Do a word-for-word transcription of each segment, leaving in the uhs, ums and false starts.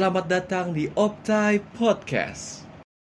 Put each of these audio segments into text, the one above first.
selamat datang di Optai Podcast.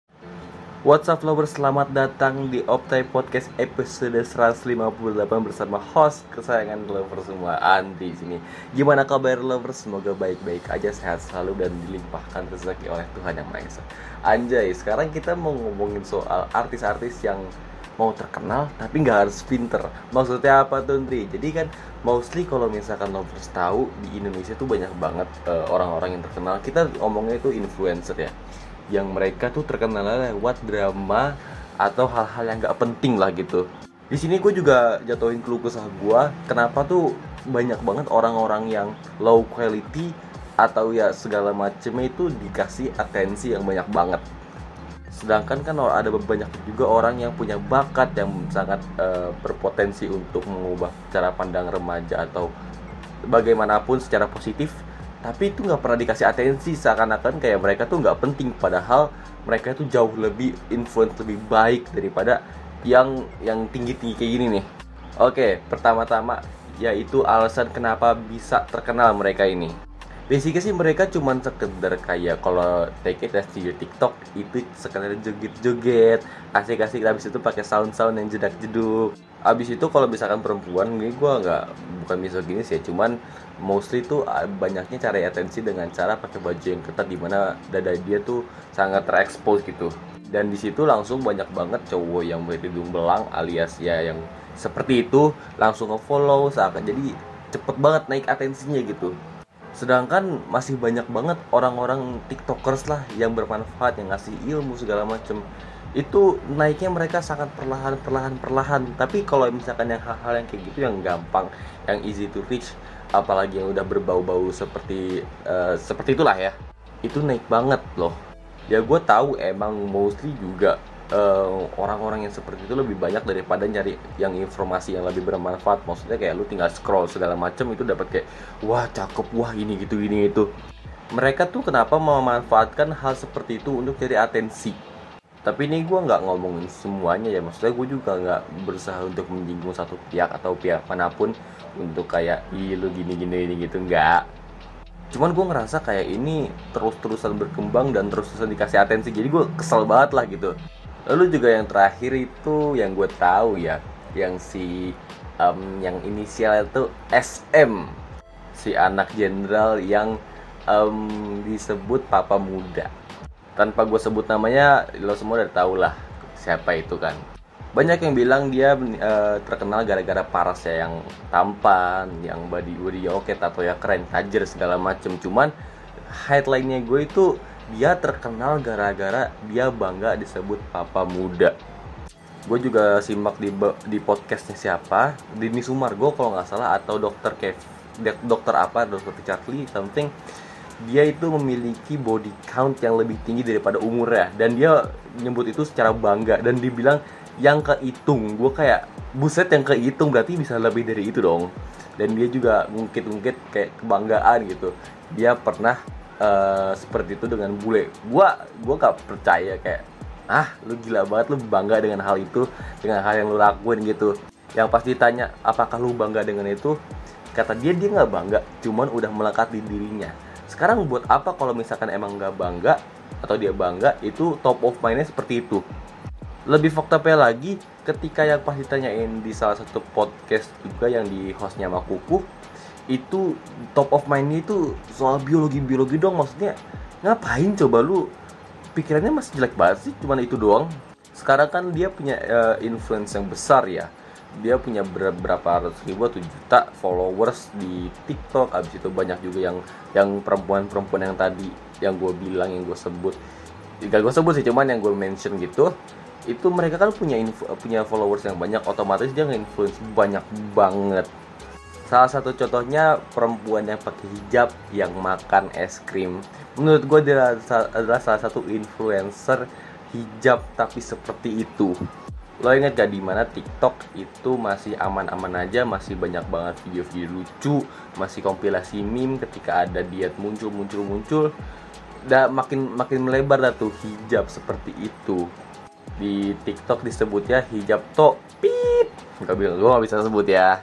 What's up lovers, selamat datang di Optai Podcast episode seratus lima puluh delapan bersama host kesayangan lovers semua, Andi sini. Gimana kabar lovers? Semoga baik-baik aja, sehat selalu dan dilimpahkan rezeki oleh Tuhan Yang Maha Esa. Anjay, sekarang kita mau ngomongin soal artis-artis yang mau terkenal tapi nggak harus pinter. Maksudnya apa tuh, Ndri? Jadi kan mostly kalau misalkan lovers tahu di Indonesia tuh banyak banget uh, orang-orang yang terkenal. Kita ngomongnya itu influencer ya, yang mereka tuh terkenal lewat drama atau hal-hal yang nggak penting lah gitu. Di sini gue juga jatuhin keluh kesah gue, kenapa tuh banyak banget orang-orang yang low quality atau ya segala macemnya itu dikasih atensi yang banyak banget. Sedangkan kan ada banyak juga orang yang punya bakat yang sangat uh, berpotensi untuk mengubah cara pandang remaja atau bagaimanapun secara positif, tapi itu nggak pernah dikasih atensi, seakan-akan kayak mereka tuh nggak penting, padahal mereka tuh jauh lebih influence, lebih baik daripada yang yang tinggi-tinggi kayak gini nih. Oke, pertama-tama yaitu alasan kenapa bisa terkenal mereka ini. Basicnya sih mereka cuman sekedar kayak kalau take it as di TikTok itu sekedar joget-joget, asik-asik, habis itu pakai sound-sound yang jedak-jeduk. Habis itu kalau misalkan perempuan, gue gue nggak bukan misoginis ya, cuman mostly tuh banyaknya cari atensi dengan cara pakai baju yang ketat di mana dada dia tuh sangat terekspos gitu. Dan di situ langsung banyak banget cowok yang berhidung belang alias ya yang seperti itu langsung nge-follow, seakan jadi cepet banget naik atensinya gitu. Sedangkan masih banyak banget orang-orang tiktokers lah yang bermanfaat, yang ngasih ilmu segala macem. Itu naiknya mereka sangat perlahan, perlahan, perlahan. Tapi kalau misalkan yang hal-hal yang kayak gitu yang gampang, yang easy to reach, apalagi yang udah berbau-bau seperti uh, seperti itulah ya, itu naik banget loh. Ya gue tahu emang mostly juga Uh, orang-orang yang seperti itu lebih banyak daripada nyari yang informasi yang lebih bermanfaat. Maksudnya kayak lu tinggal scroll segala macam itu dapat kayak wah cakep, wah ini gitu ini itu. Mereka tuh kenapa memanfaatkan hal seperti itu untuk cari atensi. Tapi ini gue nggak ngomongin semuanya ya, maksudnya gue juga nggak berusaha untuk menyinggung satu pihak atau pihak manapun untuk kayak ih lu gini-gini ini gitu, nggak. Cuman gue ngerasa kayak ini terus-terusan berkembang dan terus-terusan dikasih atensi, jadi gue kesel banget lah gitu. Lalu juga yang terakhir itu yang gue tahu ya, yang si um, yang inisial itu S M, si anak jenderal yang um, disebut Papa Muda. Tanpa gue sebut namanya, lo semua udah tahu lah siapa itu kan. Banyak yang bilang dia uh, terkenal gara-gara parasnya yang tampan, yang body body oke, tato ya keren, tajir segala macem. Cuman headline-nya gue itu dia terkenal gara-gara dia bangga disebut Papa Muda. Gue juga simak di di podcastnya siapa, Denny Sumargo kalau nggak salah, atau dokter Kev, dokter apa, dokter Charlie something. Dia itu memiliki body count yang lebih tinggi daripada umurnya, dan dia nyebut itu secara bangga dan dibilang yang kehitung. Gue kayak buset, yang kehitung berarti bisa lebih dari itu dong. Dan dia juga ngungkit-ngungkit kayak kebanggaan gitu. Dia pernah Uh, seperti itu dengan bule. Gua gua gak percaya, kayak ah lu gila banget, lu bangga dengan hal itu, dengan hal yang lu lakuin gitu. Yang pasti tanya apakah lu bangga dengan itu, kata dia dia nggak bangga, cuman udah melekat di dirinya. Sekarang buat apa kalau misalkan emang nggak bangga atau dia bangga, itu top of mindnya seperti itu. Lebih faktanya lagi, ketika yang pasti tanyain di salah satu podcast juga yang di hostnya sama Kuku, itu top of mind itu soal biologi-biologi dong. Maksudnya ngapain coba lu, pikirannya masih jelek banget sih, cuman itu doang. Sekarang kan dia punya uh, influence yang besar ya, dia punya berapa ratus ribu atau juta followers di TikTok. Abis itu banyak juga yang yang perempuan-perempuan yang tadi yang gue bilang, yang gue sebut, gak gue sebut sih, cuman yang gue mention gitu, itu mereka kan punya info, punya followers yang banyak, otomatis dia nge-influence banyak banget. Salah satu contohnya perempuan yang pakai hijab yang makan es krim. Menurut gue dia adalah salah satu influencer hijab tapi seperti itu. Lo inget gak di mana TikTok itu masih aman-aman aja, masih banyak banget video-video lucu, masih kompilasi meme ketika ada diet muncul-muncul-muncul. Dan makin makin melebar dah tuh hijab seperti itu. Di TikTok disebutnya hijab to pip. Gak bilang, gue gak bisa sebut ya.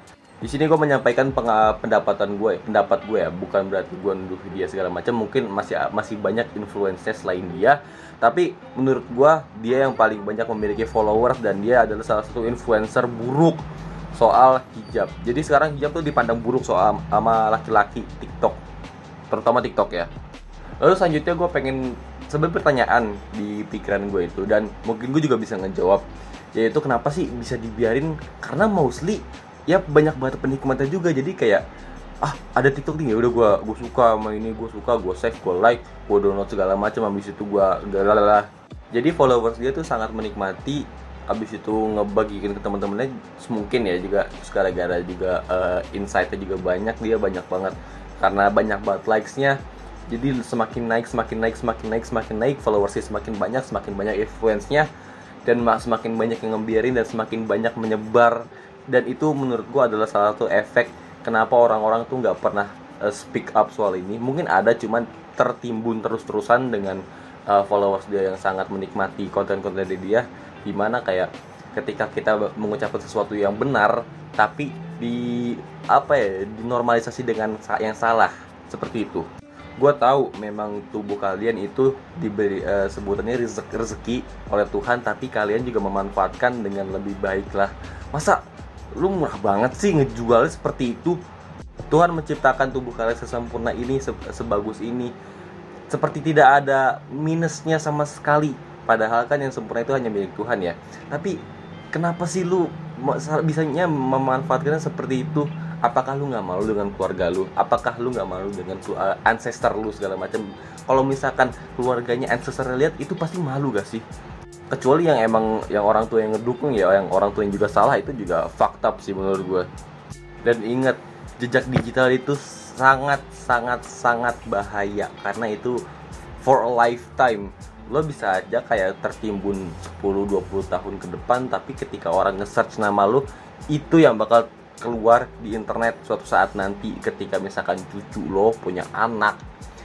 Di sini gue menyampaikan peng- pendapatan gue, pendapat gue ya, bukan berarti gue nuduh dia segala macam. Mungkin masih masih banyak influencer selain dia, tapi menurut gue dia yang paling banyak memiliki followers dan dia adalah salah satu influencer buruk soal hijab. Jadi sekarang hijab tuh dipandang buruk soal sama laki-laki TikTok, terutama TikTok ya. Lalu selanjutnya gue pengen sebenarnya pertanyaan di pikiran gue itu, dan mungkin gue juga bisa ngejawab, yaitu kenapa sih bisa dibiarin? Karena mostly ya banyak banget penikmatnya juga. Jadi kayak ah ada TikTok nih, ya udah gue gue suka sama ini, gue suka, gue save, gue like, gue download segala macam, habis itu gue galala. Jadi followers dia tuh sangat menikmati, habis itu ngebagiin ke teman-temannya mungkin ya juga gara-gara juga uh, insight-nya juga banyak, dia banyak banget karena banyak banget likes-nya. Jadi semakin naik, semakin naik, semakin naik, semakin naik, followersnya semakin banyak, semakin banyak influence-nya, dan semakin banyak yang ngebiarin dan semakin banyak menyebar. Dan itu menurut gue adalah salah satu efek kenapa orang-orang tuh nggak pernah uh, speak up soal ini. Mungkin ada, cuman tertimbun terus-terusan dengan uh, followers dia yang sangat menikmati konten-konten dia. Dimana kayak ketika kita mengucapkan sesuatu yang benar, tapi di apa ya dinormalisasi dengan yang salah seperti itu. Gue tahu memang tubuh kalian itu diberi uh, sebutannya rezeki, rezeki oleh Tuhan, tapi kalian juga memanfaatkan dengan lebih baik lah. Masa lu murah banget sih ngejualnya seperti itu? Tuhan menciptakan tubuh kalian sesempurna ini, se- sebagus ini, seperti tidak ada minusnya sama sekali. Padahal kan yang sempurna itu hanya milik Tuhan ya. Tapi kenapa sih lu bisanya memanfaatkannya seperti itu? Apakah lu nggak malu dengan keluarga lu? Apakah lu nggak malu dengan uh, ancestor lu segala macam? Kalau misalkan keluarganya ancestor lihat, itu pasti malu gak sih? Kecuali yang emang yang orang tua yang ngedukung ya, yang orang tua yang juga salah, itu juga fucked up sih menurut gue. Dan ingat, jejak digital itu sangat sangat sangat bahaya karena itu for a lifetime. Lo bisa aja kayak tertimbun sepuluh dua puluh tahun ke depan, tapi ketika orang nge-search nama lo, itu yang bakal keluar di internet suatu saat nanti. Ketika misalkan cucu lo punya anak,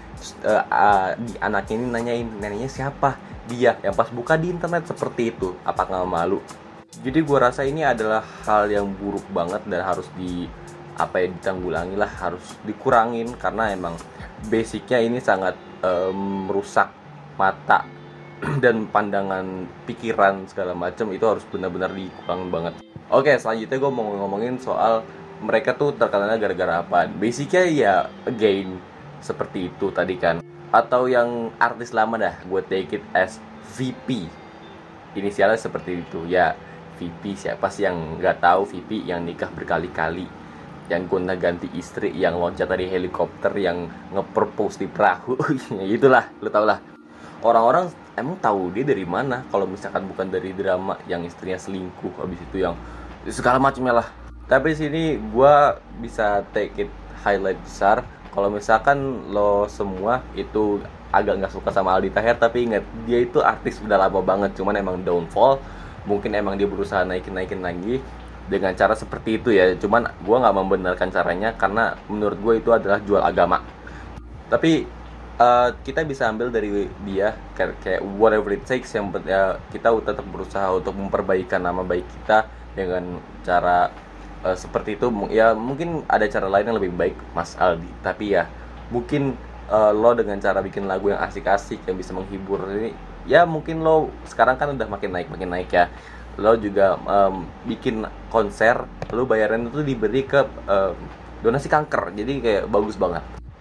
uh, uh, di anaknya ini nanyain neneknya siapa, dia yang pas buka di internet seperti itu, apakah malu? Jadi gue rasa ini adalah hal yang buruk banget dan harus di apa ya ditanggulangi lah, harus dikurangin karena emang basicnya ini sangat um, merusak mata dan pandangan pikiran segala macam. Itu harus benar-benar dikurangin banget. Oke, selanjutnya gue mau ngomongin soal mereka tuh terkenalnya gara-gara apa. Basicnya ya again seperti itu tadi kan. Atau yang artis lama dah, gue take it as V P. Inisialnya seperti itu ya. V P siapa sih yang nggak tahu? V P yang nikah berkali-kali, yang gonta-ganti istri, yang loncat dari helikopter, yang nge-propose di perahu. Ya itulah, lu tau lah. Orang-orang emang tahu dia dari mana kalau misalkan bukan dari drama yang istrinya selingkuh, habis itu yang segala macamnya lah. Tapi sini gue bisa take it highlight besar. Kalau misalkan lo semua itu agak nggak suka sama Aldi Taher, tapi ingat dia itu artis udah lama banget, cuman emang downfall. Mungkin emang dia berusaha naikin-naikin lagi dengan cara seperti itu ya. Cuman gue nggak membenarkan caranya karena menurut gue itu adalah jual agama. Tapi uh, kita bisa ambil dari dia kayak, kayak whatever it takes, yang ya, kita tetap berusaha untuk memperbaikan nama baik kita dengan cara Uh, seperti itu. Ya mungkin ada cara lain yang lebih baik Mas Aldi, tapi ya mungkin uh, lo dengan cara bikin lagu yang asik-asik yang bisa menghibur ini, ya mungkin lo sekarang kan udah makin naik makin naik ya. Lo juga um, bikin konser, lo bayaran itu diberi ke um, donasi kanker, jadi kayak bagus banget.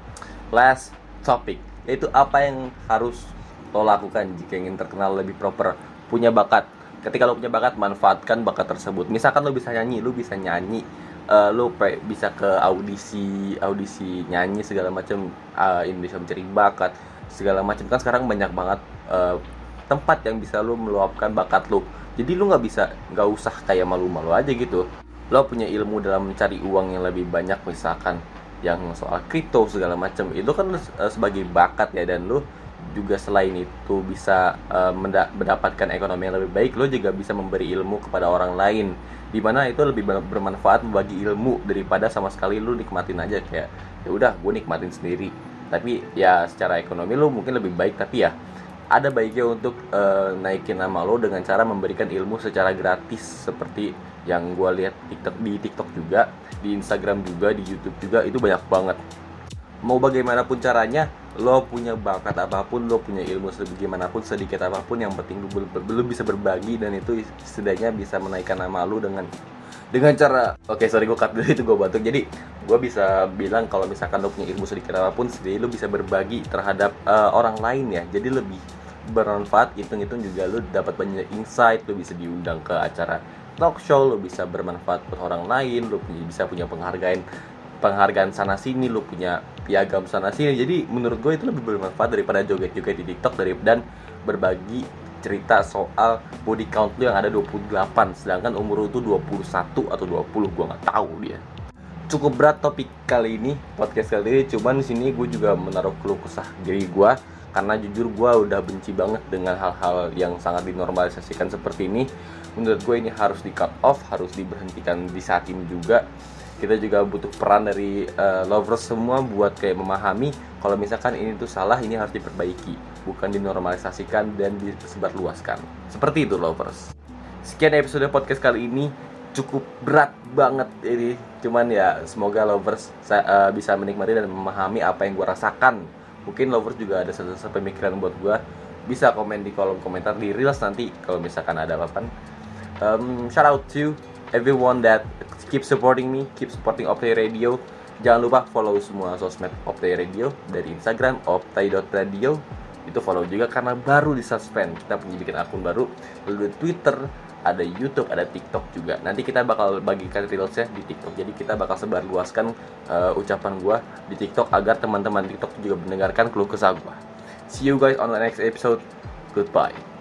Last topic, yaitu apa yang harus lo lakukan jika ingin terkenal lebih proper, punya bakat. Ketika lo punya bakat, manfaatkan bakat tersebut. Misalkan lo bisa nyanyi, lo bisa nyanyi, uh, lo pe- bisa ke audisi, audisi nyanyi segala macam, uh, Indonesia Mencari Bakat segala macam. Kan sekarang banyak banget uh, tempat yang bisa lo meluapkan bakat lo. Jadi lo nggak bisa, nggak usah kayak malu-malu aja gitu. Lo punya ilmu dalam mencari uang yang lebih banyak, misalkan yang soal kripto segala macam, itu kan uh, sebagai bakat ya. Dan lo juga selain itu bisa uh, menda- mendapatkan ekonomi yang lebih baik, lo juga bisa memberi ilmu kepada orang lain, dimana itu lebih bermanfaat membagi ilmu daripada sama sekali lo nikmatin aja kayak ya udah gue nikmatin sendiri. Tapi ya secara ekonomi lo mungkin lebih baik, tapi ya ada baiknya untuk uh, naikin nama lo dengan cara memberikan ilmu secara gratis, seperti yang gue lihat TikTok, di TikTok juga, di Instagram juga, di YouTube juga, itu banyak banget. Mau bagaimanapun caranya, lo punya bakat apapun, lo punya ilmu sebagaimanapun, sedikit apapun, yang penting lo belum bisa berbagi, dan itu setidaknya bisa menaikkan nama lo dengan dengan cara, oke okay, sorry gue cut dulu, itu gue batuk. Jadi gue bisa bilang kalau misalkan lo punya ilmu sedikit apapun, setidaknya lo bisa berbagi terhadap uh, orang lain ya, jadi lebih bermanfaat. Hitung-hitung juga lo dapat banyak insight, lo bisa diundang ke acara talk show, lo bisa bermanfaat buat orang lain, lo bisa punya penghargaan penghargaan sana sini, lo punya piagam sana sini. Jadi menurut gue itu lebih bermanfaat daripada joget-joget di TikTok dari dan berbagi cerita soal body count lu yang ada dua puluh delapan, sedangkan umur lu tuh dua puluh satu atau dua puluh, gue nggak tahu dia. Cukup berat topik kali ini, podcast kali ini. Cuman di sini gue juga menaruh keluh kesah diri gue, karena jujur gue udah benci banget dengan hal-hal yang sangat dinormalisasikan seperti ini. Menurut gue ini harus di cut off, harus diberhentikan di saat ini juga. Kita juga butuh peran dari uh, lovers semua buat kayak memahami kalau misalkan ini tuh salah, ini harus diperbaiki, bukan dinormalisasikan dan disebarluaskan. Seperti itu lovers. Sekian episode podcast kali ini, cukup berat banget ini. Cuman ya semoga lovers uh, bisa menikmati dan memahami apa yang gue rasakan. Mungkin lovers juga ada sesuatu pemikiran buat gue, bisa komen di kolom komentar di reels nanti kalau misalkan ada apa-apa. Um, shout out to everyone that keep supporting me, keep supporting Optai Radio. Jangan lupa follow semua sosmed Optai Radio, dari Instagram optai dot radio. Itu follow juga karena baru di-suspend. Kita punya bikin akun baru. Lalu di Twitter, ada YouTube, ada TikTok juga. Nanti kita bakal bagikan reelsnya di TikTok. Jadi kita bakal sebarluaskan uh, ucapan gua di TikTok agar teman-teman TikTok juga mendengarkan keluh kesah gua. See you guys on the next episode. Goodbye.